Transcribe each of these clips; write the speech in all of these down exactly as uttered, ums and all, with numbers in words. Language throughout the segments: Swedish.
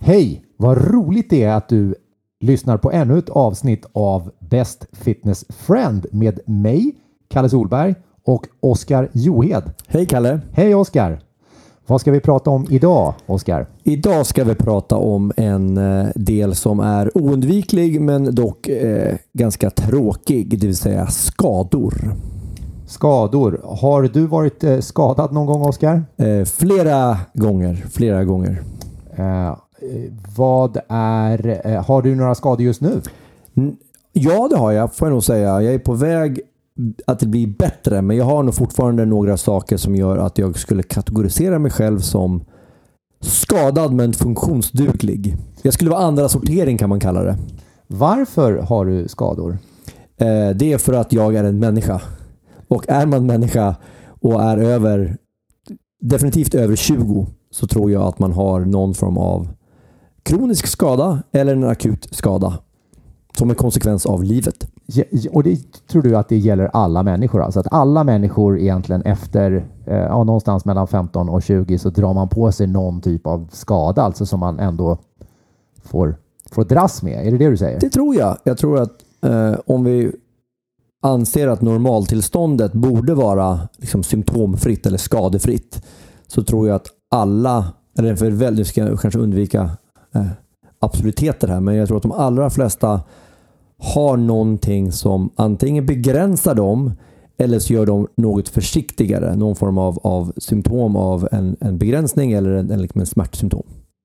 Hej! Vad roligt det är att du lyssnar på ännu ett avsnitt av Best Fitness Friend med mig, Kalle Solberg, och Oskar Johed. Hej Kalle! Hej Oskar! Vad ska vi prata om idag, Oskar? Idag ska vi prata om en del som är oundviklig men dock eh, ganska tråkig, det vill säga skador. Skador. Har du varit eh, skadad någon gång, Oskar? Eh, flera gånger, flera gånger. Eh, vad är... Eh, har du några skador just nu? Ja, det har jag, får jag nog säga. Jag är på väg att det blir bättre, men jag har nog fortfarande några saker som gör att jag skulle kategorisera mig själv som skadad men funktionsduglig. Jag skulle vara andra sortering, kan man kalla det. Varför har du skador? Eh, det är för att jag är en människa. Och är man människa och är över, definitivt över tjugo, så tror jag att man har någon form av kronisk skada eller en akut skada som en konsekvens av livet. Ja, och det tror du att det gäller alla människor? Alltså att alla människor egentligen efter eh, ja, någonstans mellan femton och tjugo så drar man på sig någon typ av skada, alltså som man ändå får, får dras med. Är det det du säger? Det tror jag. Jag tror att eh, om vi anser att normaltillståndet borde vara liksom symptomfritt eller skadefritt, så tror jag att alla, eller för väldigt ska jag kanske undvika eh, absoluteter här, men jag tror att de allra flesta har någonting som antingen begränsar dem eller så gör dem något försiktigare, någon form av, av symptom av en, en begränsning eller en, en, en smärtsymptom.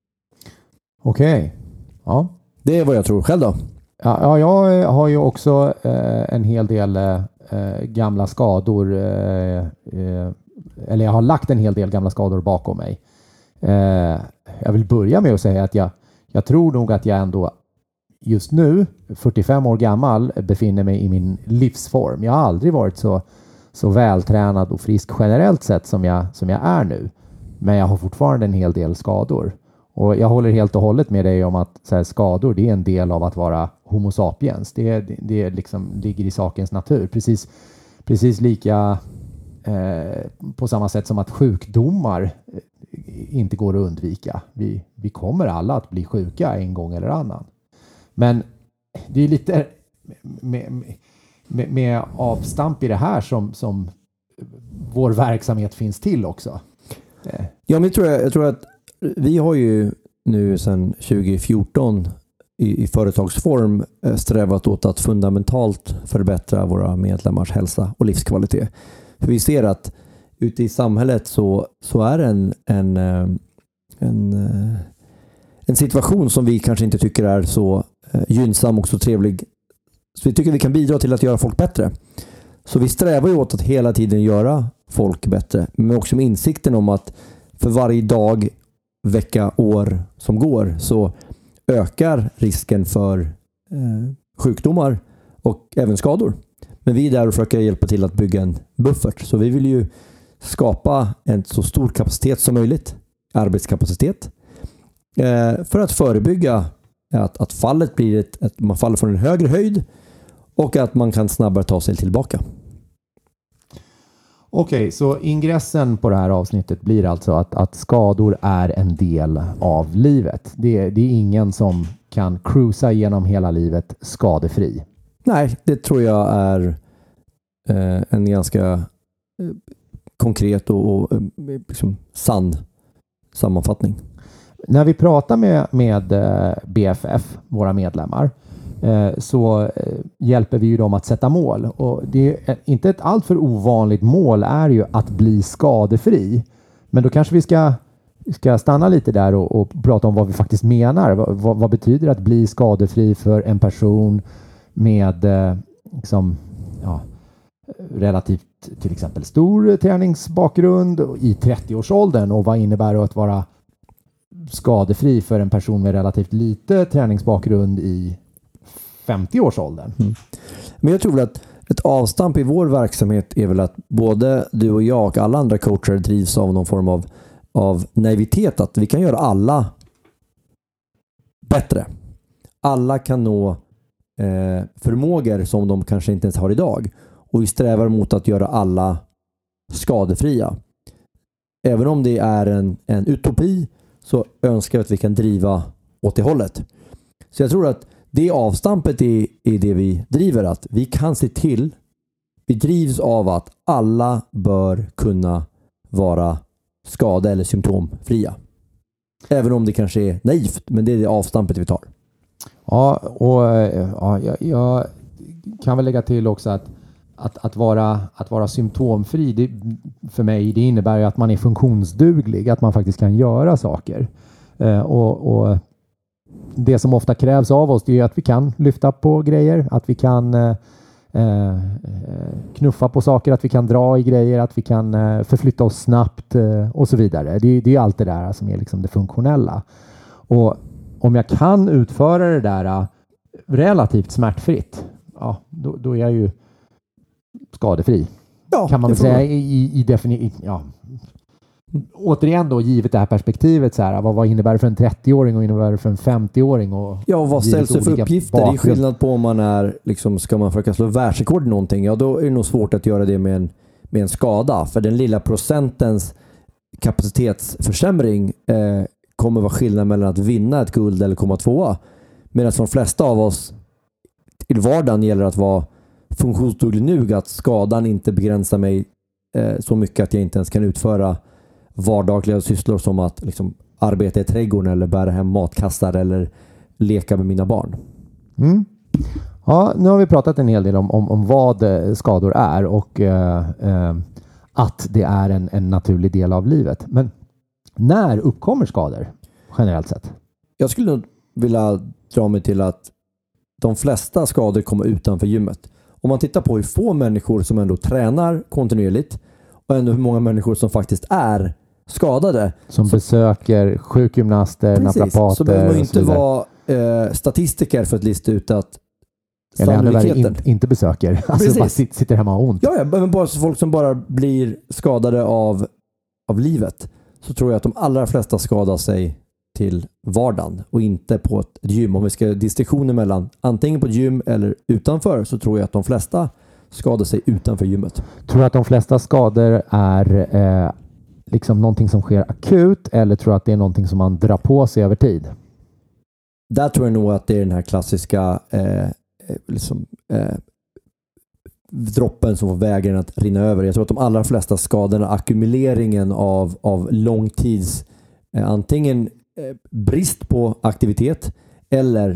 Okej. Okay. Ja. Det är vad jag tror själv då. Ja, jag har ju också eh, en hel del eh, gamla skador, eh, eh, eller jag har lagt en hel del gamla skador bakom mig. Eh, jag vill börja med att säga att jag, jag tror nog att jag ändå just nu, fyrtiofem år gammal, befinner mig i min livsform. Jag har aldrig varit så, så vältränad och frisk generellt sett som jag, som jag är nu. Men jag har fortfarande en hel del skador. Och jag håller helt och hållet med dig om att så här, skador, det är en del av att vara homo sapiens. Det, det, det liksom ligger i sakens natur. Precis, precis lika eh, på samma sätt som att sjukdomar inte går att undvika. Vi, vi kommer alla att bli sjuka en gång eller annan. Men det är lite med, med, med avstamp i det här som, som vår verksamhet finns till också. Ja, men jag tror, jag tror att vi har ju nu sedan tjugo fjorton i, i företagsform strävat åt att fundamentalt förbättra våra medlemmars hälsa och livskvalitet. För vi ser att ute i samhället så, så är en, en, en, en situation som vi kanske inte tycker är så gynnsam och så trevlig. Så vi tycker att vi kan bidra till att göra folk bättre. Så vi strävar ju åt att hela tiden göra folk bättre. Men också med insikten om att för varje dag, vecka, år som går så ökar risken för eh, sjukdomar och även skador. Men vi är där och försöker hjälpa till att bygga en buffert. Så vi vill ju skapa en så stor kapacitet som möjligt, arbetskapacitet, eh, för att förebygga att, att fallet blir ett, att man faller från en högre höjd och att man kan snabbare ta sig tillbaka. Okej, okay, så ingressen på det här avsnittet blir alltså att, att skador är en del av livet. Det, det är ingen som kan cruisa genom hela livet skadefri. Nej, det tror jag är eh, en ganska eh, konkret och, och eh, liksom sann sammanfattning. När vi pratar med, med B F F, våra medlemmar, så hjälper vi ju dem att sätta mål. Och det är inte ett alltför ovanligt mål är ju att bli skadefri. Men då kanske vi ska, ska stanna lite där och, och prata om vad vi faktiskt menar. Vad, vad betyder att bli skadefri för en person med liksom, ja, relativt till exempel stor träningsbakgrund i trettio-årsåldern, och vad innebär det att vara skadefri för en person med relativt lite träningsbakgrund i femtio-årsåldern. Mm. Men jag tror väl att ett avstamp i vår verksamhet är väl att både du och jag och alla andra coacher drivs av någon form av, av naivitet, att vi kan göra alla bättre. Alla kan nå eh, förmågor som de kanske inte ens har idag, och vi strävar mot att göra alla skadefria. Även om det är en, en utopi, så önskar jag att vi kan driva åt det hållet. Så jag tror att det avstampet är, är det vi driver, att vi kan se till, vi drivs av att alla bör kunna vara skada- eller symptomfria. Även om det kanske är naivt, men det är det avstampet vi tar. Ja, och ja, jag, jag kan väl lägga till också att Att, att, vara, att vara symptomfri, det, för mig, det innebär ju att man är funktionsduglig, att man faktiskt kan göra saker. Eh, och, och det som ofta krävs av oss, det är att vi kan lyfta på grejer, att vi kan eh, eh, knuffa på saker, att vi kan dra i grejer, att vi kan eh, förflytta oss snabbt eh, och så vidare. Det, det är allt det där som är liksom det funktionella. Och om jag kan utföra det där uh, relativt smärtfritt, ja, då, då är jag ju skadefri. Ja, kan man väl säga i, i definition. Ja. Återigen då, givet det här perspektivet, så här, vad, vad innebär det för en trettio-åring och innebär det för en femtio-åring? Och ja, och vad ställs det för uppgifter? Bakgrund. Det är skillnad på om man är, liksom, ska man försöka slå världsrekord i någonting, ja då är det nog svårt att göra det med en, med en skada. För den lilla procentens kapacitetsförsämring eh, kommer vara skillnad mellan att vinna ett guld eller komma tvåa. Medan för de flesta av oss i vardagen gäller att vara funktionsduglig nu, att skadan inte begränsar mig eh, så mycket att jag inte ens kan utföra vardagliga sysslor som att liksom, arbeta i trädgården eller bära hem matkassar eller leka med mina barn. Mm. Ja, nu har vi pratat en hel del om, om, om vad skador är och eh, eh, att det är en, en naturlig del av livet. Men när uppkommer skador generellt sett? Jag skulle nog vilja dra mig till att de flesta skador kommer utanför gymmet. Om man tittar på hur få människor som ändå tränar kontinuerligt och ändå hur många människor som faktiskt är skadade. Som så, besöker sjukgymnaster, precis, naprapater. Så behöver man inte vara eh, statistiker för att lista ut att eller in, inte besöker. Alltså bara sitter, sitter hemma och ont. Ja, ja, men bara så folk som bara blir skadade av, av livet, så tror jag att de allra flesta skadar sig till vardagen och inte på ett gym. Om vi ska distinktioner mellan antingen på ett gym eller utanför, så tror jag att de flesta skadar sig utanför gymmet. Tror du att de flesta skador är eh, liksom någonting som sker akut, eller tror du att det är någonting som man drar på sig över tid? Där tror jag nog att det är den här klassiska eh, liksom, eh, droppen som får vägen att rinna över. Jag tror att de allra flesta skadorna, ackumuleringen av, av långtids eh, antingen eh, brist på aktivitet eller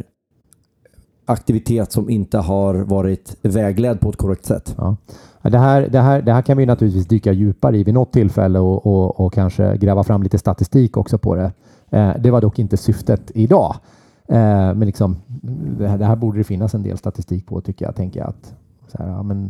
aktivitet som inte har varit vägledd på ett korrekt sätt. Ja. Det, här, det, här, det här kan vi naturligtvis dyka djupare i vid något tillfälle och, och, och kanske gräva fram lite statistik också på det. Eh, det var dock inte syftet idag. Eh, men liksom, det här, det här borde det finnas en del statistik på, tycker jag. Tänker jag att så här, ja, men,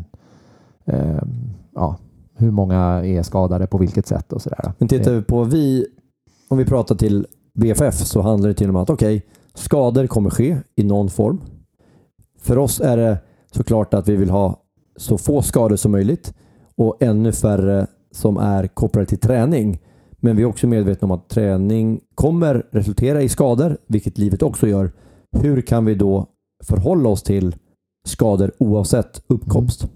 eh, ja, hur många är skadade på vilket sätt och sådär. Men tittar vi på vi, om vi pratar till B F F, så handlar det till om att okej, okay, skador kommer ske i någon form. För oss är det såklart att vi vill ha så få skador som möjligt och ännu färre som är kopplade till träning. Men vi är också medvetna om att träning kommer resultera i skador, vilket livet också gör. Hur kan vi då förhålla oss till skador oavsett uppkomst?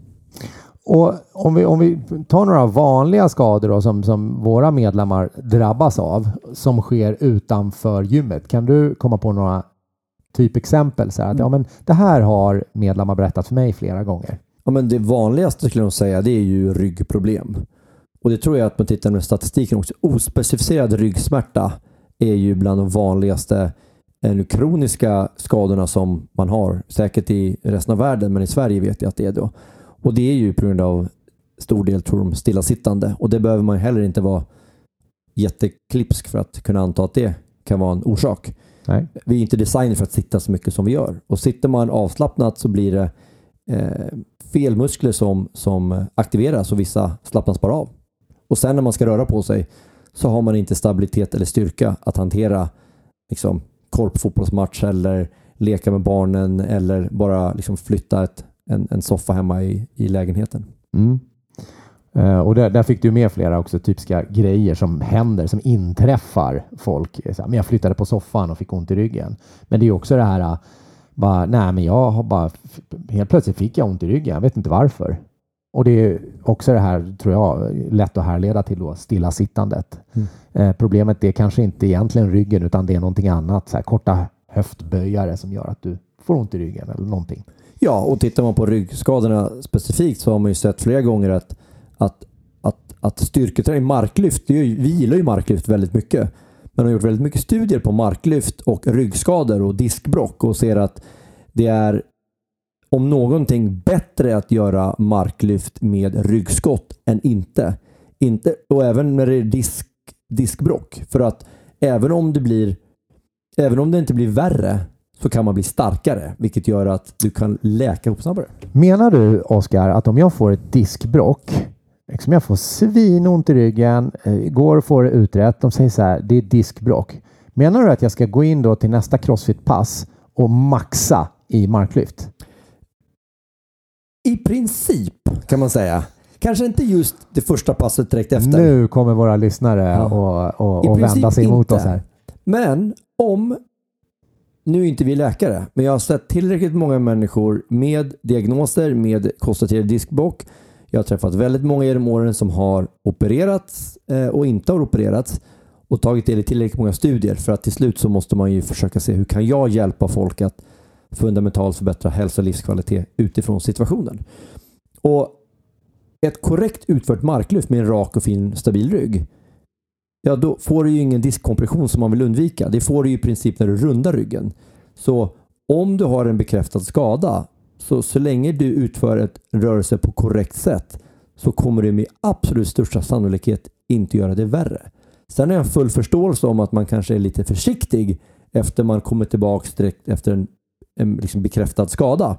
Och om vi, om vi tar några vanliga skador då, som, som våra medlemmar drabbas av, som sker utanför gymmet. Kan du komma på några typexempel? Så här, att, ja, men det här har medlemmar berättat för mig flera gånger. Ja, men det vanligaste skulle jag säga, det är ju ryggproblem. Och det tror jag att man tittar med statistiken också. Ospecificerad ryggsmärta är ju bland de vanligaste eh, kroniska skadorna som man har. Säkert i resten av världen, men i Sverige vet jag att det är då. Och det är ju på grund av stor del, tror de, stillasittande. Och det behöver man heller inte vara jätteklipsk för att kunna anta att det kan vara en orsak. Nej. Vi är inte designade för att sitta så mycket som vi gör. Och sitter man avslappnat så blir det eh, fel muskler som, som aktiveras och vissa slappnas bara av. Och sen när man ska röra på sig så har man inte stabilitet eller styrka att hantera liksom, korpfotbollsmatch eller leka med barnen eller bara liksom, flytta ett, en, en soffa hemma i, i lägenheten. Mm. Uh, och där, där fick du med flera också typiska grejer som händer, som inträffar folk. Så här, men jag flyttade på soffan och fick ont i ryggen. Men det är också det här, bara, nej men jag har bara, helt plötsligt fick jag ont i ryggen. Jag vet inte varför. Och det är också det här, tror jag, lätt att härleda till då stillasittandet. Mm. Eh, problemet är kanske inte egentligen ryggen, utan det är någonting annat. Så här, korta höftböjare som gör att du får ont i ryggen eller någonting. Ja, och tittar man på ryggskadorna specifikt så har man ju sett flera gånger att, att, att, att styrketräning, marklyft, det är ju, vi gillar ju marklyft väldigt mycket. Men har gjort väldigt mycket studier på marklyft och ryggskador och diskbrock och ser att det är om någonting bättre att göra marklyft med ryggskott än inte. inte och även när det är disk, diskbrock. För att även om det blir även om det inte blir värre så kan man bli starkare, vilket gör att du kan läka upp snabbare. Menar du, Oskar, att om jag får ett diskbrock, liksom jag får svinont i ryggen, går och får det utrett, de säger så här, det är diskbrock. Menar du att jag ska gå in då till nästa crossfit-pass och maxa i marklyft? I princip kan man säga. Kanske inte just det första passet direkt efter. Nu kommer våra lyssnare ja. och, och, och vända sig emot inte. oss här. Men om, nu är inte vi läkare, men jag har sett tillräckligt många människor med diagnoser med konstaterad diskbråck. Jag har träffat väldigt många genom åren som har opererats eh, och inte har opererats och tagit del i tillräckligt många studier, för att till slut så måste man ju försöka se hur kan jag hjälpa folk att fundamentalt förbättra hälsa och livskvalitet utifrån situationen. Och ett korrekt utfört marklyft med en rak och fin stabil rygg, ja då får du ju ingen diskkompression som man vill undvika. Det får du ju i princip när du rundar ryggen. Så om du har en bekräftad skada, så, så länge du utför ett rörelse på korrekt sätt, så kommer du med absolut största sannolikhet inte göra det värre. Sen är jag full förståelse om att man kanske är lite försiktig efter man kommer tillbaka direkt efter en, en liksom bekräftad skada.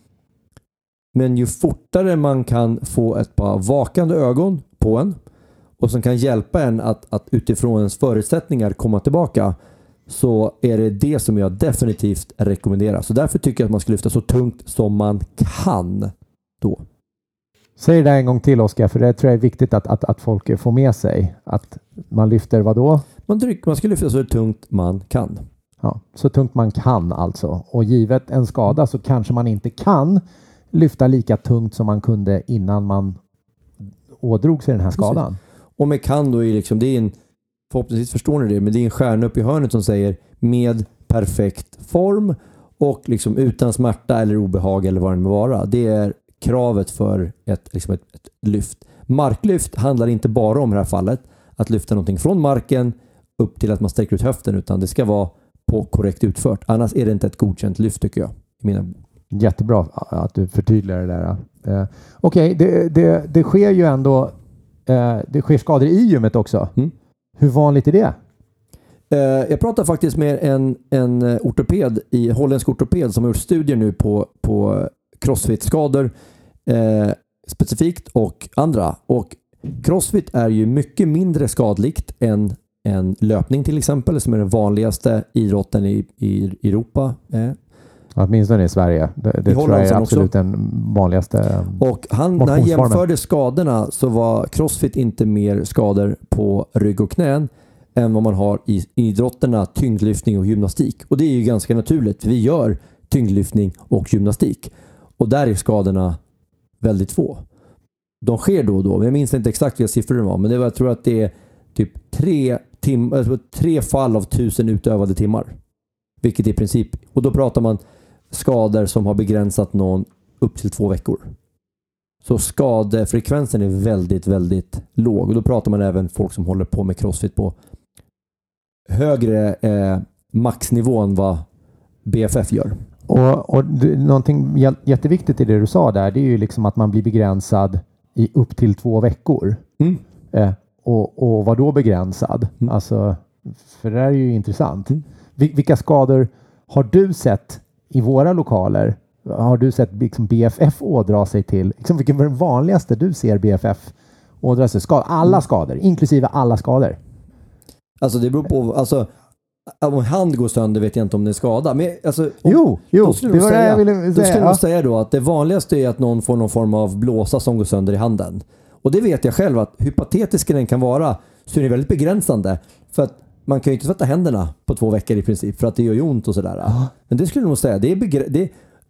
Men ju fortare man kan få ett par vakande ögon på en och som kan hjälpa en att, att utifrån ens förutsättningar komma tillbaka, så är det det som jag definitivt rekommenderar. Så därför tycker jag att man ska lyfta så tungt som man kan då. Säg det en gång till, Oskar, för det tror jag är viktigt att, att, att folk får med sig. Att man lyfter vad då? Man, tryck, man ska lyfta så tungt man kan. Ja, så tungt man kan alltså. Och givet en skada så kanske man inte kan lyfta lika tungt som man kunde innan man ådrog sig den här skadan. Precis. Och med kan då är liksom, det är en, förhoppningsvis förstår ni det, men det är en stjärna upp i hörnet som säger med perfekt form och liksom utan smärta eller obehag eller vad det må vara. Det är kravet för ett, liksom ett, ett lyft. Marklyft handlar inte bara om i det här fallet att lyfta någonting från marken upp till att man sträcker ut höften, utan det ska vara på korrekt utfört. Annars är det inte ett godkänt lyft, tycker jag. Mina... Jättebra att du förtydligar det där. Eh, Okej, okay, det, det, det sker ju ändå eh, det sker skador i gymmet också. Mm. Hur vanligt är det? Eh, jag pratar faktiskt med en, en ortoped, i holländsk ortoped, som har gjort studier nu på, på crossfit-skador eh, specifikt och andra. Och crossfit är ju mycket mindre skadligt än, än löpning till exempel, som är den vanligaste idrotten i, i Europa. Eh. Åtminstone i Sverige. Det, det tror jag är absolut också den vanligaste. Och han, när han jämförde skadorna, så var crossfit inte mer skador på rygg och knän än vad man har i idrotterna tyngdlyftning och gymnastik. Och det är ju ganska naturligt. Vi gör tyngdlyftning och gymnastik. Och där är skadorna väldigt få. De sker då och då. Jag minns inte exakt vilka siffror det var, men det var, jag tror att det är typ tre, tim- alltså tre fall av tusen utövade timmar. Vilket i princip, och då pratar man skador som har begränsat någon upp till två veckor. Så skadefrekvensen är väldigt, väldigt låg. Och då pratar man även folk som håller på med crossfit på högre eh, maxnivå än vad B F F gör. Och, och det, någonting jätteviktigt i det du sa där, det är ju liksom att man blir begränsad i upp till två veckor. Mm. Eh, och, och vad då begränsad? Mm. Alltså, för det är ju intressant. Mm. Vilka skador har du sett i våra lokaler? Har du sett liksom B F F ådra sig till? Liksom, vilken är den vanligaste du ser B F F ådra sig? Skad, alla skador, inklusive alla skador. Alltså det beror på, alltså om en hand går sönder vet jag inte om det är skada. Men alltså, om, jo, jo det var säga, det jag ville säga. Då skulle ja. man säga då att det vanligaste är att någon får någon form av blåsa som går sönder i handen. Och det vet jag själv att hur patetisk den kan vara, så är det väldigt begränsande. För att man kan ju inte tvätta händerna på två veckor i princip för att det gör ju ont och sådär. Ja. Men det skulle jag nog säga, det är, begr- det,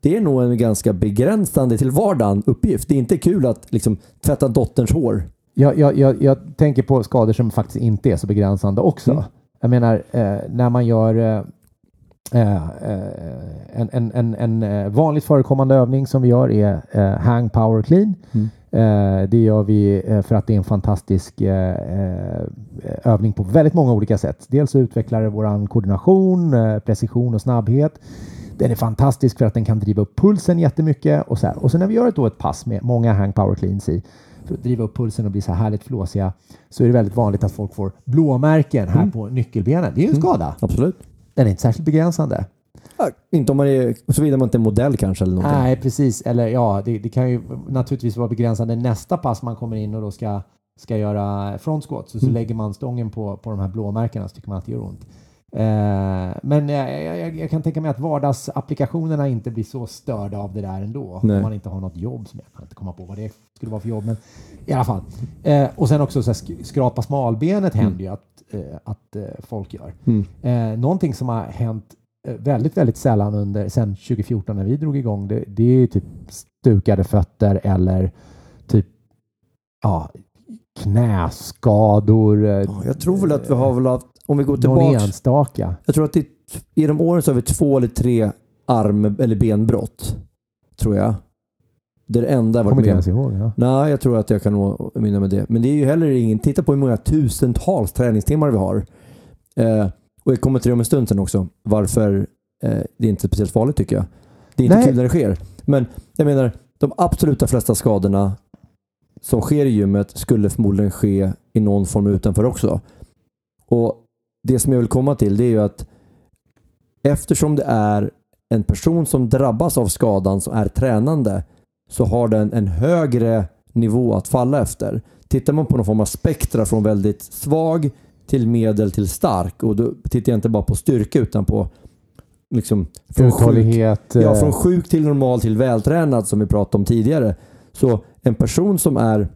det är nog en ganska begränsande till vardagen uppgift. Det är inte kul att liksom tvätta dotterns hår. Jag, jag, jag, jag tänker på skador som faktiskt inte är så begränsande också. Mm. Jag menar, eh, när man gör eh, eh, en, en, en, en vanligt förekommande övning som vi gör är eh, hang power clean. Mm. Eh, det gör vi eh, för att det är en fantastisk eh, övning på väldigt många olika sätt. Dels så utvecklar det vår koordination, eh, precision och snabbhet. Den är fantastisk för att den kan driva upp pulsen jättemycket. Och så här. Och så när vi gör ett, då ett pass med många hang power cleans i, för att driva upp pulsen och bli så här härligt flåsiga, så är det väldigt vanligt att folk får blåmärken här mm. på nyckelbenen. Det är ju en skada. Mm, absolut. Den är inte särskilt begränsande. Ja, inte om man är, såvida man inte är modell kanske. Eller någonting. Nej, precis. Eller ja, det, det kan ju naturligtvis vara begränsande nästa pass man kommer in och då ska, ska göra front squat. Så, mm. så lägger man stången på, på de här blåmärkena så tycker man att det gör ont. Eh, men jag, jag, jag kan tänka mig att vardagsapplikationerna inte blir så störda av det där ändå. Nej. Om man inte har något jobb, som jag kan inte komma på vad det skulle vara för jobb, men i alla fall. Eh, och sen också så här, skrapa smalbenet mm. händer ju att, eh, att eh, folk gör. Mm. Eh, någonting som har hänt eh, väldigt, väldigt sällan under sen tjugo fjorton när vi drog igång, det, det är typ stukade fötter eller typ ja, knäskador. Eh, jag tror väl att vi har väl haft, om vi går tillbaka, enstaka. Jag tror att det, i de åren så har vi två eller tre arm- eller benbrott. Tror jag. Det är det enda jag varit med. Ens ihåg, ja. Nej, jag tror att jag kan nog minna med det. Men det är ju heller ingen... Titta på hur många tusentals träningstimmar vi har. Eh, och jag kommer till det om en stund sen också. Varför eh, det är inte speciellt farligt tycker jag. Det är inte Nej. kul när det sker. Men jag menar, de absoluta flesta skadorna som sker i gymmet skulle förmodligen ske i någon form utanför också. Och det som jag vill komma till, det är ju att eftersom det är en person som drabbas av skadan som är tränande, så har den en högre nivå att falla efter. Tittar man på någon form av spektra från väldigt svag till medel till stark, och då tittar jag inte bara på styrka utan på liksom från sjuk, ja, från sjuk till normal till vältränad som vi pratade om tidigare. Så en person som är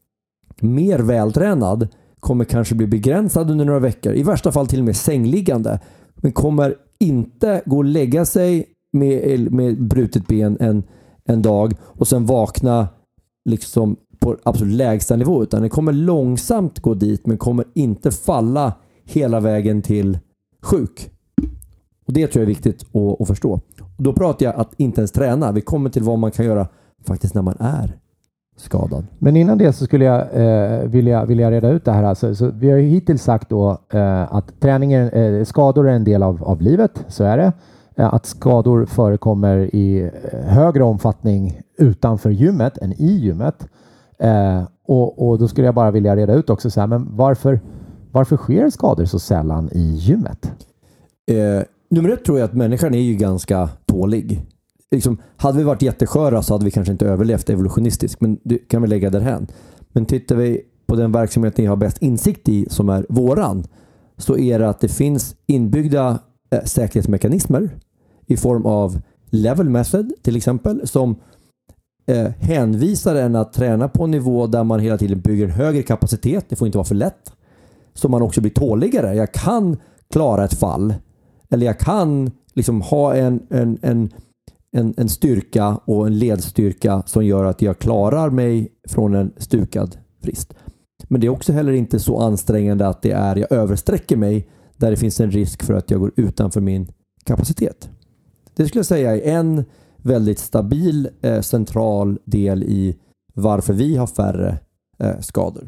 mer vältränad kommer kanske bli begränsad under några veckor. I värsta fall till och med sängliggande. Men kommer inte gå och lägga sig med, med brutet ben en, en dag och sen vakna liksom på absolut lägsta nivå. Utan det kommer långsamt gå dit, men kommer inte falla hela vägen till sjuk. Och det tror jag är viktigt att, att förstå. Och då pratar jag att inte ens träna. Vi kommer till vad man kan göra faktiskt när man är skadad. Men innan det så skulle jag eh, vilja, vilja reda ut det här. Alltså, så vi har ju hittills sagt då eh, att träningen, eh, skador är en del av, av livet. Så är det. Eh, att skador förekommer i högre omfattning utanför gymmet än i gymmet. Eh, och, och då skulle jag bara vilja reda ut också så här, men varför, varför sker skador så sällan i gymmet? Eh, nummer ett tror jag att människan är ju ganska tålig. Liksom, hade vi varit jättesköra så hade vi kanske inte överlevt evolutionistiskt, men det kan vi lägga därhän. Men tittar vi på den verksamhet ni har bäst insikt i, som är våran, så är det att det finns inbyggda eh, säkerhetsmekanismer i form av level method till exempel, som eh, hänvisar en att träna på en nivå där man hela tiden bygger en högre kapacitet. Det får inte vara för lätt, så man också blir tåligare. Jag kan klara ett fall, eller jag kan liksom ha en, en, en En, en styrka och en ledstyrka som gör att jag klarar mig från en stukad frist. Men det är också heller inte så ansträngande att det är jag översträcker mig där det finns en risk för att jag går utanför min kapacitet. Det skulle jag säga är en väldigt stabil eh, central del i varför vi har färre eh, skador.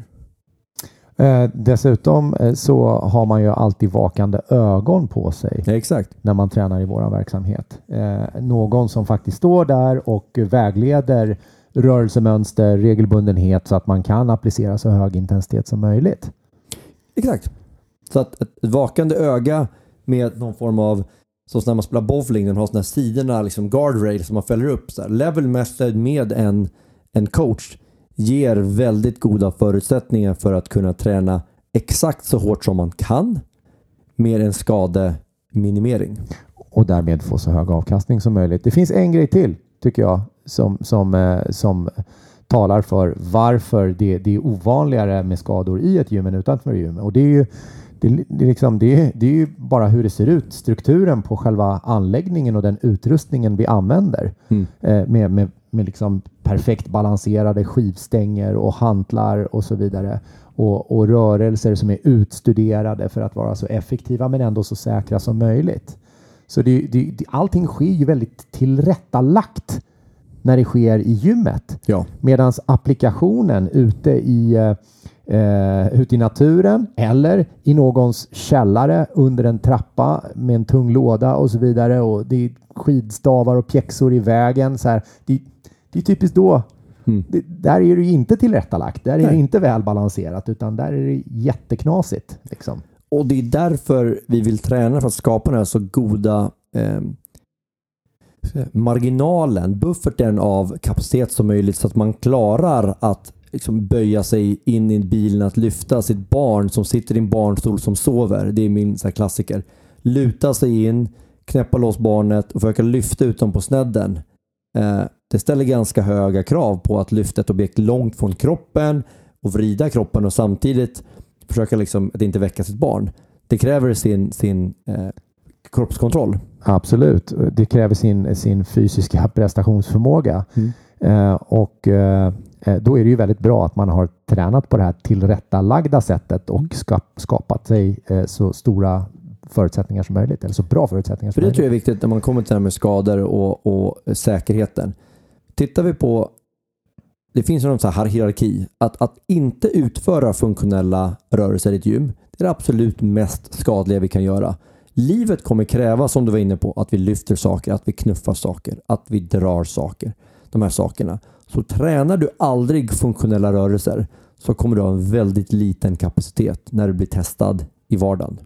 Eh, dessutom eh, så har man ju alltid vakande ögon på sig. Ja, exakt. När man tränar i vår verksamhet. Eh, någon som faktiskt står där och vägleder rörelsemönster, regelbundenhet så att man kan applicera så hög intensitet som möjligt. Exakt. Så att ett vakande öga med någon form av, så när man spelar bowling, den har såna här sidorna, liksom guardrail som man fäller upp. Så här, level method med en, en coach ger väldigt goda förutsättningar för att kunna träna exakt så hårt som man kan med en skademinimering. Och därmed få så hög avkastning som möjligt. Det finns en grej till, tycker jag, som, som, eh, som talar för varför det, det är ovanligare med skador i ett gym än utanför gym. Och det är ju Det, det, liksom, det, det är ju bara hur det ser ut, strukturen på själva anläggningen och den utrustningen vi använder mm. eh, med, med, med liksom perfekt balanserade skivstänger och hantlar och så vidare och, och rörelser som är utstuderade för att vara så effektiva men ändå så säkra som möjligt. Så det, det, det, allting sker ju väldigt tillrättalagt när det sker i gymmet. Ja. Medan applikationen ute i, eh, ute i naturen eller i någons källare under en trappa med en tung låda och så vidare och det är skidstavar och pjäxor i vägen. Så här, det, det är typiskt då. Mm. Det, där är det inte tillrättalagt. Där är Nej. det inte välbalanserat utan där är det jätteknasigt. Liksom. Och det är därför vi vill träna för att skapa den här så goda eh, marginalen, bufferten av kapacitet som möjligt så att man klarar att liksom böja sig in i bilen, att lyfta sitt barn som sitter i en barnstol som sover. Det är min så här, klassiker. Luta sig in, knäppa loss barnet och försöka lyfta ut dem på snedden. Eh, det ställer ganska höga krav på att lyfta ett objekt långt från kroppen och vrida kroppen och samtidigt försöka liksom att inte väcka sitt barn. Det kräver sin, sin eh, kroppskontroll. Absolut. Det kräver sin, sin fysiska prestationsförmåga. Mm. Eh, och eh, då är det ju väldigt bra att man har tränat på det här tillrättalagda sättet och ska, skapat sig eh, så stora förutsättningar som möjligt. Eller så bra förutsättningar som För det möjligt. tror jag är viktigt när man kommer till det här med skador och, och säkerheten. Tittar vi på det finns en sån här hierarki. Att, att inte utföra funktionella rörelser i ett gym, det är det absolut mest skadliga vi kan göra. Livet kommer kräva, som du var inne på, att vi lyfter saker, att vi knuffar saker, att vi drar saker. De här sakerna. Så tränar du aldrig funktionella rörelser så kommer du ha en väldigt liten kapacitet när du blir testad i vardagen.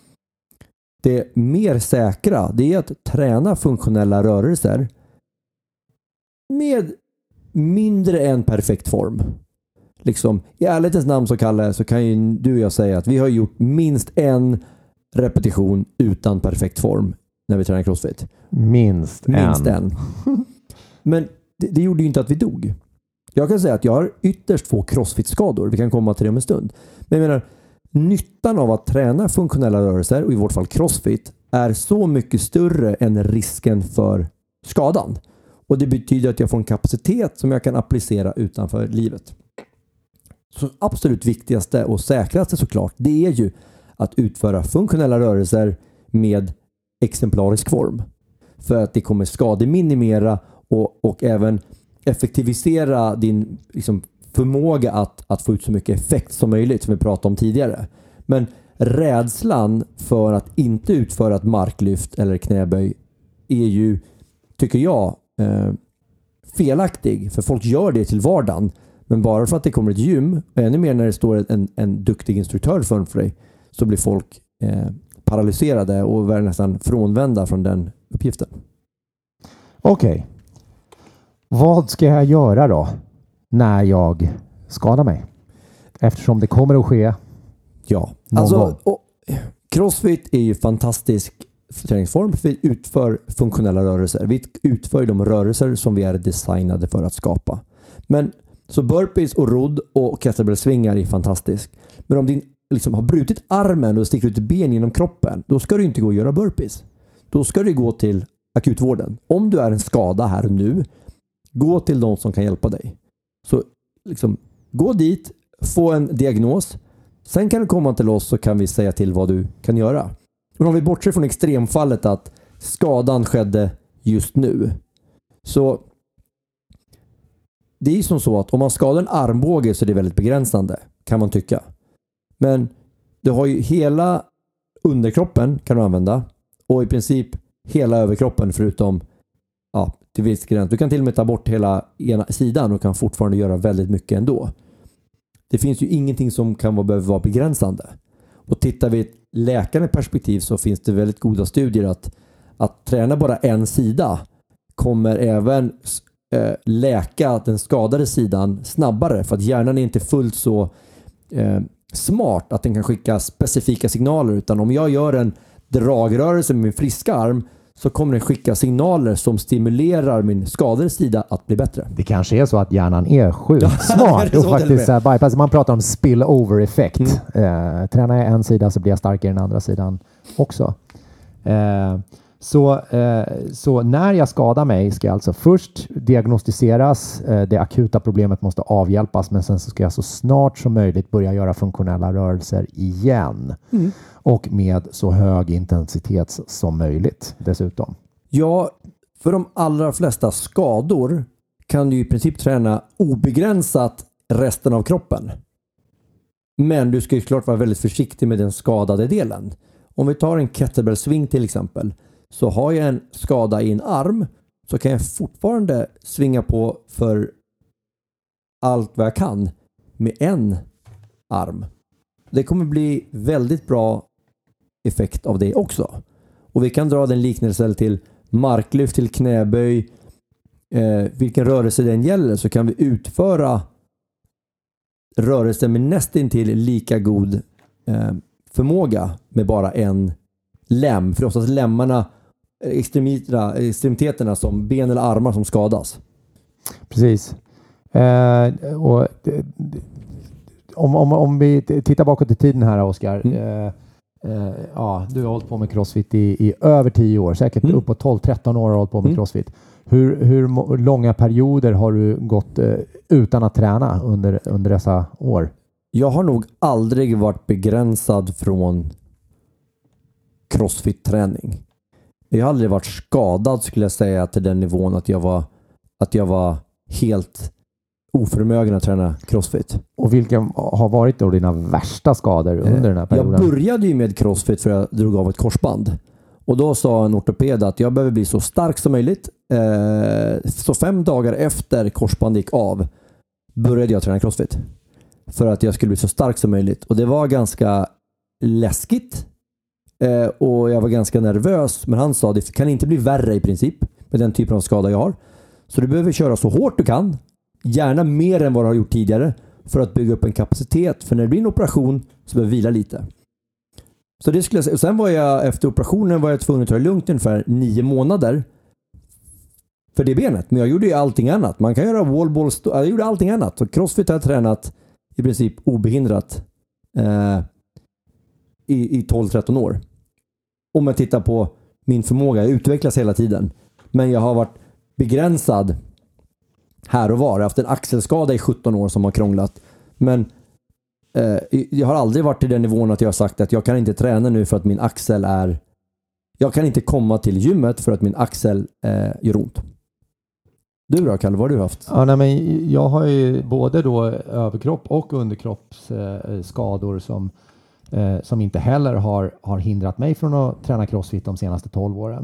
Det mer säkra, det är att träna funktionella rörelser med mindre än perfekt form. Liksom, i ärlighetens namn så, Kalle, så kan ju du och jag säga att vi har gjort minst en repetition utan perfekt form när vi tränar crossfit. Minst, minst en. en. Men det, det gjorde ju inte att vi dog. Jag kan säga att jag har ytterst få crossfit-skador. Vi kan komma till det om en stund. Men jag menar, nyttan av att träna funktionella rörelser, och i vårt fall crossfit, är så mycket större än risken för skadan. Och det betyder att jag får en kapacitet som jag kan applicera utanför livet. Så absolut viktigaste och säkraste såklart, det är ju att utföra funktionella rörelser med exemplarisk form. För att det kommer skademinimera och, och även effektivisera din liksom, förmåga att, att få ut så mycket effekt som möjligt, som vi pratade om tidigare. Men rädslan för att inte utföra ett marklyft eller knäböj är ju, tycker jag, eh, felaktig. För folk gör det till vardagen. Men bara för att det kommer ett gym, och ännu mer när det står en, en duktig instruktör framför dig, så blir folk eh, paralyserade och är nästan frånvända från den uppgiften. Okej. Okay. Vad ska jag göra då när jag skadar mig? Eftersom det kommer att ske. Ja, alltså och, crossfit är ju fantastisk träningsform för vi utför funktionella rörelser. Vi utför de rörelser som vi är designade för att skapa. Men så burpees och rodd och kettlebellsvingar är fantastiskt. Men om du liksom har brutit armen och sticker ut ben genom kroppen, då ska du inte gå och göra burpees. Då ska du gå till akutvården. Om du är en skada här och nu, gå till de som kan hjälpa dig. Så liksom, gå dit, få en diagnos. Sen kan du komma till oss så kan vi säga till vad du kan göra. Men om vi bortser från extremfallet att skadan skedde just nu, så det är som så att om man skadar en armbåge så är det väldigt begränsande, kan man tycka. Men du har ju hela underkroppen kan du använda och i princip hela överkroppen förutom ja, till viss gräns. Du kan till och med ta bort hela ena sidan och kan fortfarande göra väldigt mycket ändå. Det finns ju ingenting som kan vara, behöver vara begränsande. Och tittar vi i ett läkande perspektiv så finns det väldigt goda studier att, att träna bara en sida kommer även eh, läka den skadade sidan snabbare, för att hjärnan är inte fullt så eh, smart att den kan skicka specifika signaler, utan om jag gör en dragrörelse med min friska arm så kommer den skicka signaler som stimulerar min skadade sida att bli bättre. Det kanske är så att hjärnan är sjukt smart och faktiskt så här bypass. Man pratar om spillover-effekt. Mm. Eh, tränar jag en sida så blir jag starkare i den andra sidan också. Eh, så, eh, så när jag skadar mig ska jag alltså först diagnostiseras. Eh, det akuta problemet måste avhjälpas, men sen så ska jag så snart som möjligt börja göra funktionella rörelser igen. Mm. Och med så hög intensitet som möjligt dessutom. Ja, för de allra flesta skador kan du i princip träna obegränsat resten av kroppen. Men du ska ju klart vara väldigt försiktig med den skadade delen. Om vi tar en kettlebell swing till exempel, så har jag en skada i en arm, så kan jag fortfarande svinga på för allt vad jag kan med en arm. Det kommer bli väldigt bra effekt av det också. Och vi kan dra den liknelsen till marklyft, till knäböj, eh, vilken rörelse den gäller, så kan vi utföra rörelsen med nästintill lika god eh, förmåga med bara en lem. För oftast lemmarna, extremiteterna, extremiteterna som ben eller armar som skadas. Precis. Eh, och om, om, om vi tittar bakåt i tiden här, Oskar. Mm. Eh, eh, ja, du har hållit på med CrossFit i, i över tio år. Säkert mm. uppåt tolv tretton år har hållit på med mm. CrossFit. Hur, hur långa perioder har du gått eh, utan att träna under, under dessa år? Jag har nog aldrig varit begränsad från CrossFit-träning. Jag har aldrig varit skadad, skulle jag säga, till den nivån att jag var, att jag var helt oförmögen att träna CrossFit. Och vilka har varit då dina värsta skador under eh, den här perioden? Jag började ju med CrossFit för jag drog av ett korsband. Och då sa en ortoped att jag behöver bli så stark som möjligt. Eh, så fem dagar efter korsbandet gick av började jag träna CrossFit. För att jag skulle bli så stark som möjligt. Och det var ganska läskigt. Eh, och jag var ganska nervös. Men han sa, det kan inte bli värre i princip med den typen av skada jag har. Så du behöver köra så hårt du kan. Gärna mer än vad du har gjort tidigare. För att bygga upp en kapacitet. För när det blir en operation så behöver vila lite. Så det skulle jag säga. Och sen var jag, efter operationen var jag tvungen att ta det lugnt ungefär nio månader. För det benet. Men jag gjorde ju allting annat. Man kan göra wallball. St- jag gjorde allting annat. Och CrossFit har jag tränat i princip obehindrat eh, i, i tolv tretton år. Om jag tittar på min förmåga. Jag utvecklas hela tiden. Men jag har varit begränsad här och var. Jag har haft en axelskada i sjutton år som har krånglat. Men eh, jag har aldrig varit till den nivån att jag har sagt att jag kan inte träna nu för att min axel är... Jag kan inte komma till gymmet för att min axel eh, gör ont. Du då, Kalle, vad har du haft? Ja, nej, men jag har ju både då överkropp och underkroppsskador eh, som, eh, som inte heller har, har hindrat mig från att träna CrossFit de senaste tolv åren.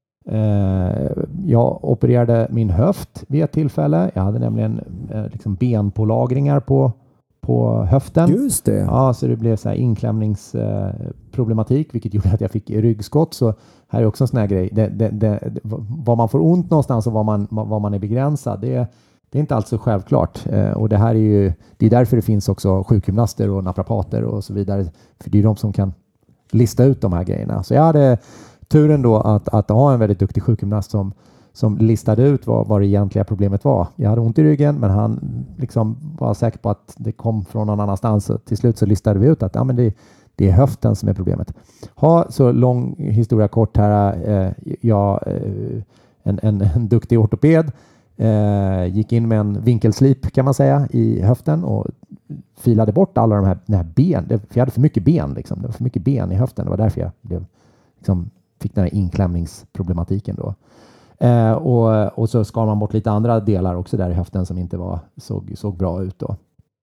Eh, jag opererade min höft vid ett tillfälle. Jag hade nämligen eh, liksom benpålagringar på, på höften. Just det. Ja, så det blev så här inklämningsproblematik, eh, vilket gjorde att jag fick ryggskott. Så här är också en sån här grej. Det, det, det, var man får ont någonstans och var man, var man är begränsad, det, det är inte alls så självklart. Eh, och det här är ju, det är därför det finns också sjukgymnaster och naprapater och så vidare. För det är de som kan lista ut de här grejerna. Så jag hade turen då att, att ha en väldigt duktig sjukgymnast som, som listade ut vad, vad det egentliga problemet var. Jag hade ont i ryggen, men han liksom var säker på att det kom från någon annanstans. Och till slut så listade vi ut att ja, men det, det är höften som är problemet. Ha, så lång historia kort här. Eh, jag, eh, en, en, en duktig ortoped eh, gick in med en vinkelslip kan man säga i höften och filade bort alla de här, de här ben. För jag hade för mycket ben. Liksom. Det var för mycket ben i höften. Det var därför jag blev, liksom, fick den här inklämningsproblematiken då. Eh, och, och så skar man bort lite andra delar också där i höften som inte var, såg, såg bra ut då.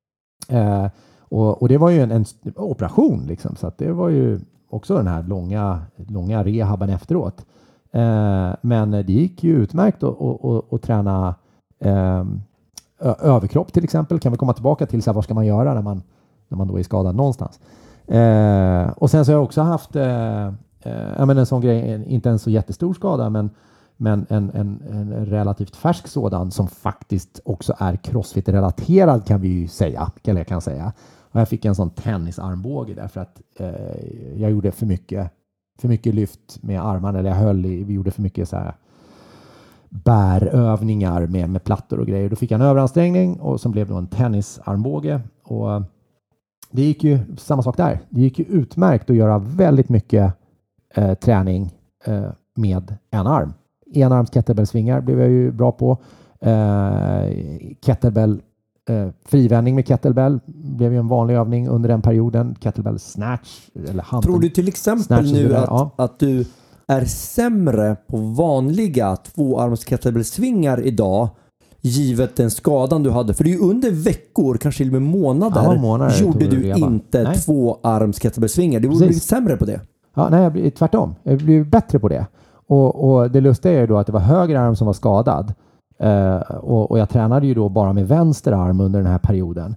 Eh, och, och det var ju en, en operation liksom, så att det var ju också den här långa, långa rehaben efteråt. Eh, men det gick ju utmärkt att, att, att, att träna eh, överkropp till exempel. Kan vi komma tillbaka till så här, vad ska man göra när man, när man då är skadad någonstans. Eh, och sen så har jag också haft eh, eh, en sån grej, inte en så jättestor skada, men Men en, en, en relativt färsk sådan som faktiskt också är CrossFit-relaterad kan vi ju säga. Eller jag kan säga. Och jag fick en sån tennisarmbåge därför att eh, jag gjorde för mycket för mycket lyft med armarna, eller jag höll i, vi gjorde för mycket så här bärövningar med, med plattor och grejer. Då fick jag en överansträngning och så blev det en tennisarmbåge. Och det gick ju samma sak där. Det gick ju utmärkt att göra väldigt mycket eh, träning eh, med en arm. Enarms kettlebellsvingar blev jag ju bra på. Eh, kettlebell eh, frivändning med kettlebell blev ju en vanlig övning under den perioden. Kettlebell snatch eller hand. Tror du till exempel nu att, ja. att du är sämre på vanliga tvåarms kettlebellsvingar idag givet den skadan du hade? För det är ju under veckor, kanske till och med månader, ja, månader gjorde du inte nej. tvåarms kettlebellsvingar. Du borde bli sämre på det. Ja, nej, jag blir, tvärtom. Jag blir bättre på det. Och, och det lustiga är ju då att det var höger arm som var skadad. Uh, och, och jag tränade ju då bara med vänster arm under den här perioden.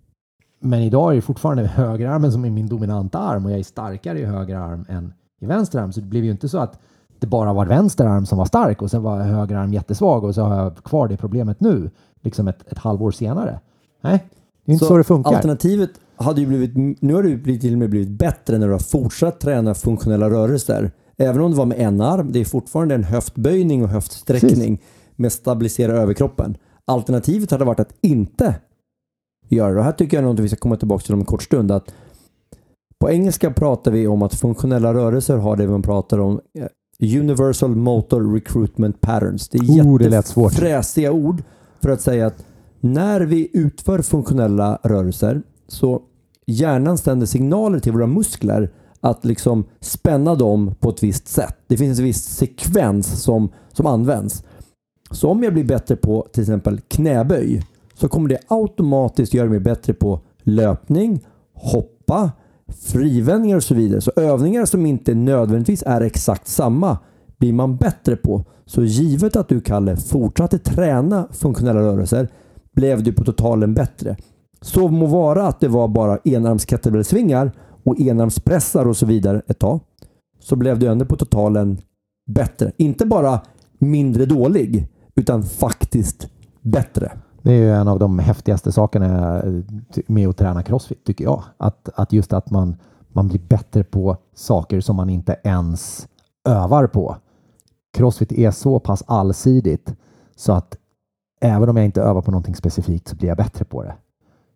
Men idag är det fortfarande högerarmen som är min dominanta arm och jag är starkare i höger arm än i vänster arm. Så det blev ju inte så att det bara var vänster arm som var stark och sen var höger arm jättesvag och så har jag kvar det problemet nu, liksom ett, ett halvår senare. Nej, det är inte så, så det funkar. Alternativet hade ju blivit, nu har du blivit, till och med blivit bättre när du har fortsatt träna funktionella rörelser. Även om det var med en arm, det är fortfarande en höftböjning och höftsträckning. Precis. Med stabilisera överkroppen. Alternativet hade varit att inte göra det. Och här tycker jag nog att vi ska komma tillbaka till om en kort stund. Att på engelska pratar vi om att funktionella rörelser har det man pratar om Universal Motor Recruitment Patterns. Det är oh, jättefräsiga ord för att säga att när vi utför funktionella rörelser så hjärnan sänder signaler till våra muskler att liksom spänna dem på ett visst sätt. Det finns en viss sekvens som, som används. Så om jag blir bättre på till exempel knäböj så kommer det automatiskt göra mig bättre på löpning, hoppa, frivändningar och så vidare. Så övningar som inte nödvändigtvis är exakt samma blir man bättre på. Så givet att du, Kalle, fortsatte träna funktionella rörelser blev du på totalen bättre. Så må vara att det var bara enarms kettlebellsvingar och enarmspressar och så vidare ett tag. Så blev du ändå på totalen bättre. Inte bara mindre dålig utan faktiskt bättre. Det är ju en av de häftigaste sakerna med att träna CrossFit tycker jag. Att, att just att man, man blir bättre på saker som man inte ens övar på. CrossFit är så pass allsidigt så att även om jag inte övar på någonting specifikt så blir jag bättre på det.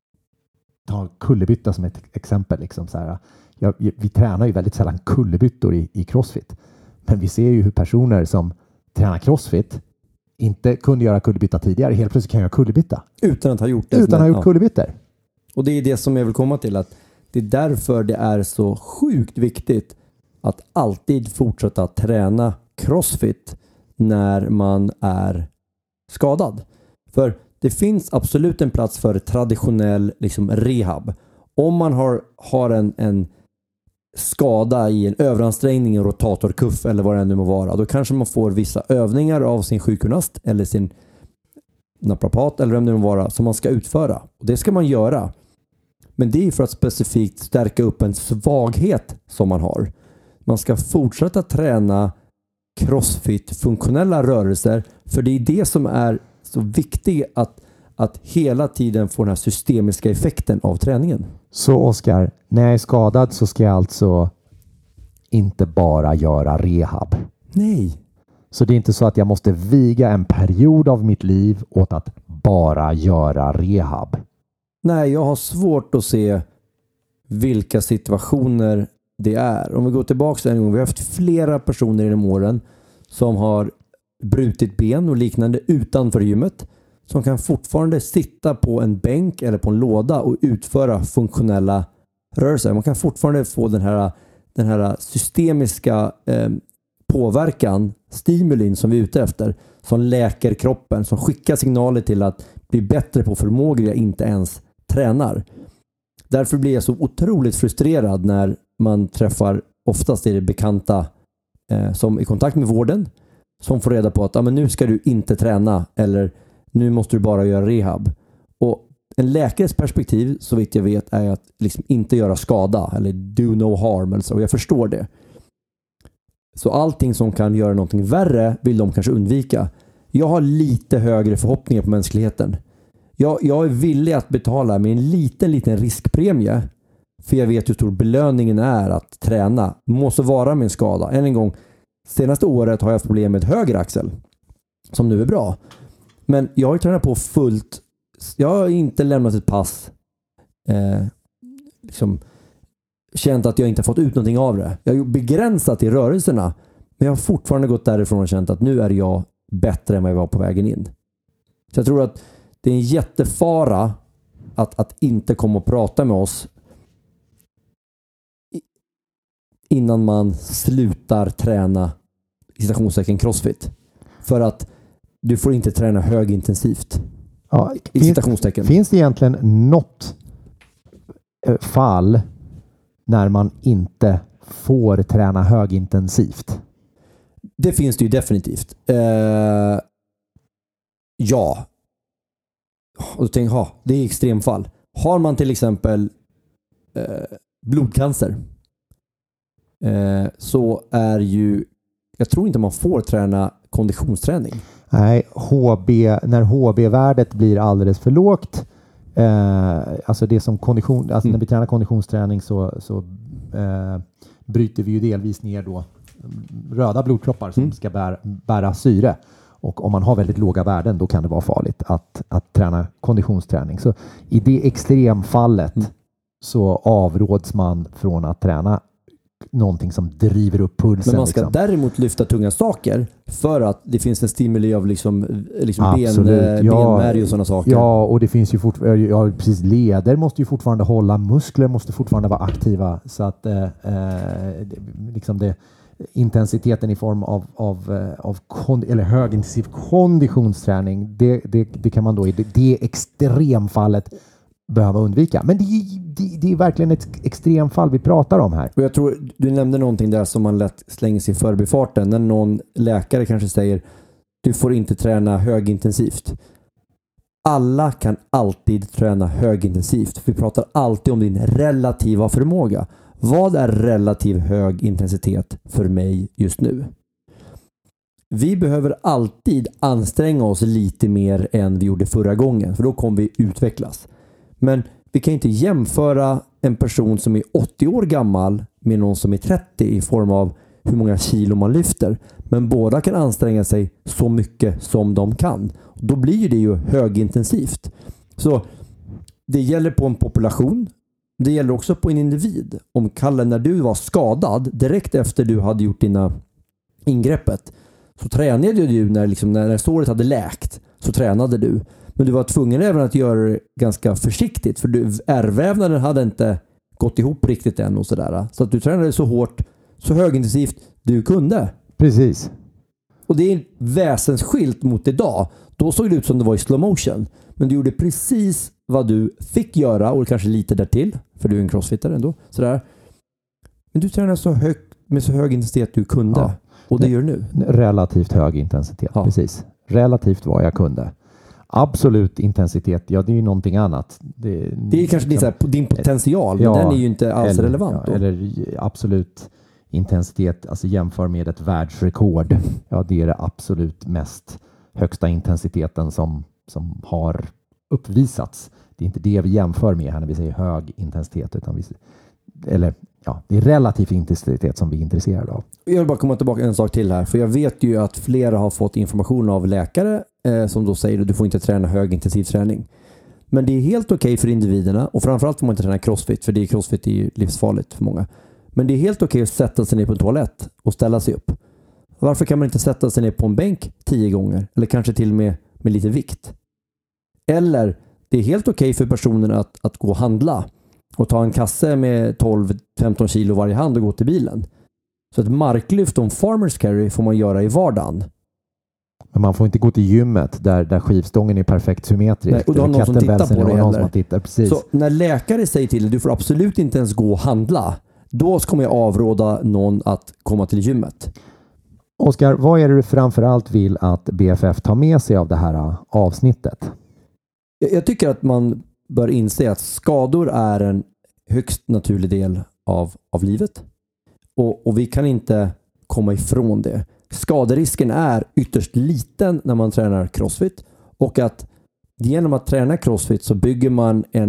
Ta kullerbytta som ett exempel. Liksom så här. Jag, vi tränar ju väldigt sällan kullerbyttor i, i CrossFit. Men vi ser ju hur personer som tränar CrossFit inte kunde göra kullerbytta tidigare. Helt plötsligt kan jag göra kullerbytta. Utan att ha gjort det. Utan att ha gjort ja. kullerbyttor. Och det är det som jag vill komma till. Att det är därför det är så sjukt viktigt att alltid fortsätta träna CrossFit när man är skadad. För det finns absolut en plats för traditionell liksom, rehab. Om man har, har en, en skada i en överansträngning, en rotatorkuff eller vad det nu må vara, då kanske man får vissa övningar av sin sjukgymnast eller sin naprapat eller vem det må vara som man ska utföra. Och det ska man göra. Men det är för att specifikt stärka upp en svaghet som man har. Man ska fortsätta träna CrossFit-funktionella rörelser för det är det som är så viktigt att, att hela tiden få den här systemiska effekten av träningen. Så Oskar, när jag är skadad så ska jag alltså inte bara göra rehab. Nej. Så det är inte så att jag måste viga en period av mitt liv åt att bara göra rehab. Nej, jag har svårt att se vilka situationer det är. Om vi går tillbaka en gång, vi har haft flera personer genom åren som har brutit ben och liknande utanför gymmet som kan fortfarande sitta på en bänk eller på en låda och utföra funktionella rörelser. Man kan fortfarande få den här, den här systemiska eh, påverkan, stimulin som vi är ute efter, som läker kroppen, som skickar signaler till att bli bättre på förmågor jag inte ens tränar. Därför blir jag så otroligt frustrerad när man träffar, oftast är det bekanta eh, som är i kontakt med vården, som får reda på att ah, men nu ska du inte träna eller nu måste du bara göra rehab. Och en läkares perspektiv, så vitt jag vet, är att liksom inte göra skada eller do no harm. Eller så. Och jag förstår det. Så allting som kan göra någonting värre vill de kanske undvika. Jag har lite högre förhoppningar på mänskligheten. Jag, jag är villig att betala med en liten, liten riskpremie För jag vet hur stor belöningen är att träna. Måste vara med en skada. Än en gång, senaste året har jag haft problem med höger axel. Som nu är bra. Men jag har ju tränat på fullt. Jag har inte lämnat ett pass. Eh, liksom känt att jag inte fått ut någonting av det. Jag har ju begränsat i rörelserna. Men jag har fortfarande gått därifrån och känt att nu är jag bättre än vad jag var på vägen in. Så jag tror att det är en jättefara att, att inte komma och prata med oss innan man slutar träna i citationstecken crossfit. För att du får inte träna högintensivt. Ja, i citationstecken. Finns, finns det egentligen något fall när man inte får träna högintensivt? Det finns det ju definitivt. Eh, ja. Och då tänker jag, ha, det är extremfall. Har man till exempel eh, blodcancer eh, så är ju, jag tror inte man får träna konditionsträning. Nej, H B, när H B-värdet blir alldeles för lågt, eh, alltså det som kondition, alltså mm. när vi tränar konditionsträning så, så eh, bryter vi ju delvis ner då röda blodkroppar som mm. ska bära, bära syre. Och om man har väldigt låga värden, då kan det vara farligt att, att träna konditionsträning. Så i det extremfallet mm. så avråds man från att träna någonting som driver upp pulsen. Men man ska liksom. däremot lyfta tunga saker för att det finns en stimuli av liksom, liksom ben, ja, benmärg och sådana saker. Ja, och det finns ju fortfarande, ja, precis, leder måste ju fortfarande hålla, muskler måste fortfarande vara aktiva. Så att eh, eh, liksom det intensiteten i form av, av, av kon, eller högintensiv konditionsträning, det, det, det kan man då i det, det extremfallet behöva undvika. Men det, det, det är verkligen ett extremfall vi pratar om här. Och jag tror, du nämnde någonting där som man lätt slänger sig i förbifarten. När någon läkare kanske säger du får inte träna högintensivt. Alla kan alltid träna högintensivt. Vi pratar alltid om din relativa förmåga. Vad är relativ hög intensitet för mig just nu? Vi behöver alltid anstränga oss lite mer än vi gjorde förra gången. För då kommer vi utvecklas. Men vi kan inte jämföra en person som är åttio år gammal med någon som är trettio i form av hur många kilo man lyfter. Men båda kan anstränga sig så mycket som de kan. Då blir det ju högintensivt. Så det gäller på en population. Det gäller också på en individ. Om Kalle, när du var skadad direkt efter du hade gjort dina ingreppet, så tränade du när, liksom, när såret hade läkt, så tränade du. Men du var tvungen även att göra det ganska försiktigt, för du, ärrvävnaden hade inte gått ihop riktigt än och sådär. Så att du tränade så hårt, så högintensivt du kunde. Precis. Och det är väsensskilt mot idag. Då såg det ut som det var i slow motion. Men du gjorde precis vad du fick göra, och kanske lite därtill, för du är en crossfittare ändå. Sådär. Men du tränade så högt, med så hög intensitet du kunde. Ja. Och det, det gör du nu. Relativt hög intensitet, ja. Precis. Relativt vad jag kunde. Absolut intensitet, ja, det är ju någonting annat. Det, det är kanske liksom, din, din potential, ja, men den är ju inte alls eller, relevant. Ja, eller absolut intensitet, alltså jämför med ett världsrekord. Ja, det är det absolut mest högsta intensiteten som, som har uppvisats. Det är inte det vi jämför med här när vi säger hög intensitet, utan vi, eller ja, det är relativ intensitet som vi är intresserade av. Jag vill bara komma tillbaka en sak till här, för jag vet ju att flera har fått information av läkare eh, som då säger att du får inte träna högintensiv träning. Men det är helt okej okay för individerna, och framförallt får man inte träna crossfit, för det är crossfit är ju livsfarligt för många. Men det är helt okej okay att sätta sig ner på en toalett och ställa sig upp. Varför kan man inte sätta sig ner på en bänk tio gånger? Eller kanske till och med med lite vikt? Eller det är helt okej okay för personen att, att gå och handla och ta en kasse med tolv till femton kilo varje hand och gå till bilen. Så ett marklyft om farmers carry får man göra i vardagen. Men man får inte gå till gymmet där, där skivstången är perfekt symmetrisk. Nej, och du har någon som tittar på det någon som tittar, precis. Så när läkare säger till dig, du får absolut inte ens gå och handla, då kommer jag avråda någon att komma till gymmet. Oskar, vad är det du framförallt vill att B F F tar med sig av det här avsnittet? Jag, jag tycker att man bör inse att skador är en högst naturlig del av, av livet. Och, och vi kan inte komma ifrån det. Skaderisken är ytterst liten när man tränar crossfit. Och att genom att träna crossfit så bygger man en,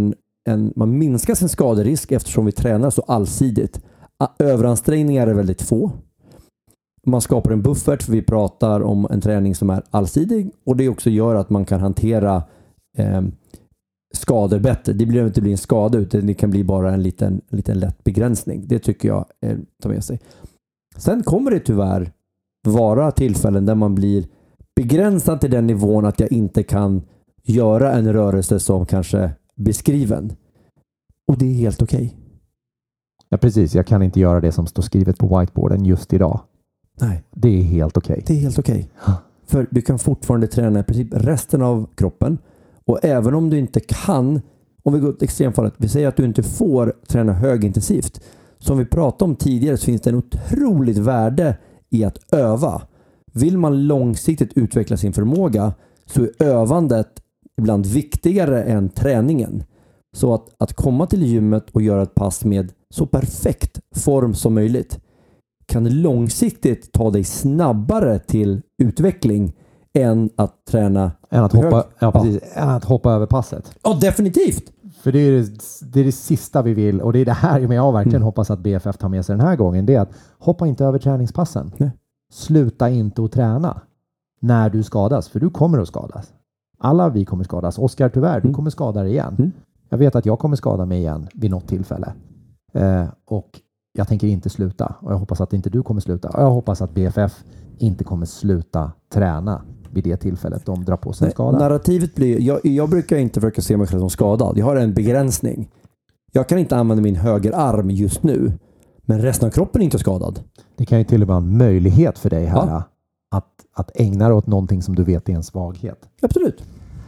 en, man minskar sin skaderisk eftersom vi tränar så allsidigt. Överansträngningar är väldigt få. Man skapar en buffert för vi pratar om en träning som är allsidig och det också gör att man kan hantera eh, skador bättre. Det blir inte bli en skada utan det kan bli bara en liten, en liten lätt begränsning. Det tycker jag eh, tar med sig. Sen kommer det tyvärr vara tillfällen där man blir begränsad till den nivån att jag inte kan göra en rörelse som kanske beskriven. Och det är helt okej. Okay. Ja, precis. Jag kan inte göra det som står skrivet på whiteboarden just idag. Nej. Det är helt okej. Okay. Det är helt okej. Okay. För du kan fortfarande träna i princip resten av kroppen. Och även om du inte kan, om vi går till extremfallet, vi säger att du inte får träna högintensivt. Som vi pratade om tidigare så finns det en otroligt värde i att öva. Vill man långsiktigt utveckla sin förmåga så är övandet ibland viktigare än träningen. Så att, att komma till gymmet och göra ett pass med så perfekt form som möjligt kan långsiktigt ta dig snabbare till utveckling än att träna än att hoppa, ja, precis, ja. Än att hoppa över passet. Ja, definitivt! För det är det, det är det sista vi vill och det är det här men jag verkligen mm. hoppas att B F F tar med sig den här gången. Det är att hoppa inte över träningspassen. Nej. Sluta inte att träna när du skadas, för du kommer att skadas. Alla vi kommer skadas. Oskar, tyvärr, mm. du kommer skada dig igen. Mm. Jag vet att jag kommer skada mig igen vid något tillfälle. Eh, och jag tänker inte sluta. Och jag hoppas att inte du kommer sluta. Och jag hoppas att B F F inte kommer sluta träna vid det tillfället de drar på sig en skada. Narrativet blir, jag, jag brukar inte försöka se mig själv som skadad. Jag har en begränsning. Jag kan inte använda min högerarm just nu. Men resten av kroppen är inte skadad. Det kan ju till och med vara en möjlighet för dig här ja. att, att ägna dig åt någonting som du vet är en svaghet. Absolut.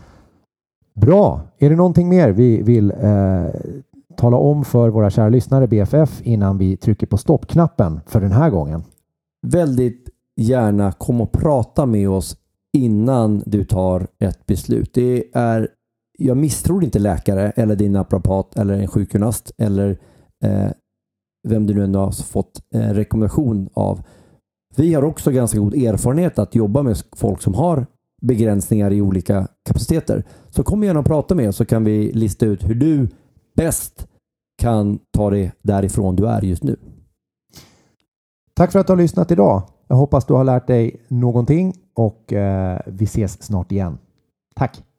Bra. Är det någonting mer vi vill eh, tala om för våra kära lyssnare B F F innan vi trycker på stoppknappen för den här gången? Väldigt gärna kom och prata med oss innan du tar ett beslut. Det är, jag misstror inte läkare eller din naprapat eller en sjukgymnast eller eh, vem du nu ändå har fått en rekommendation av. Vi har också ganska god erfarenhet att jobba med folk som har begränsningar i olika kapaciteter. Så kom gärna och prata med oss så kan vi lista ut hur du bäst kan ta dig därifrån du är just nu. Tack för att du har lyssnat idag. Jag hoppas du har lärt dig någonting och eh, vi ses snart igen. Tack!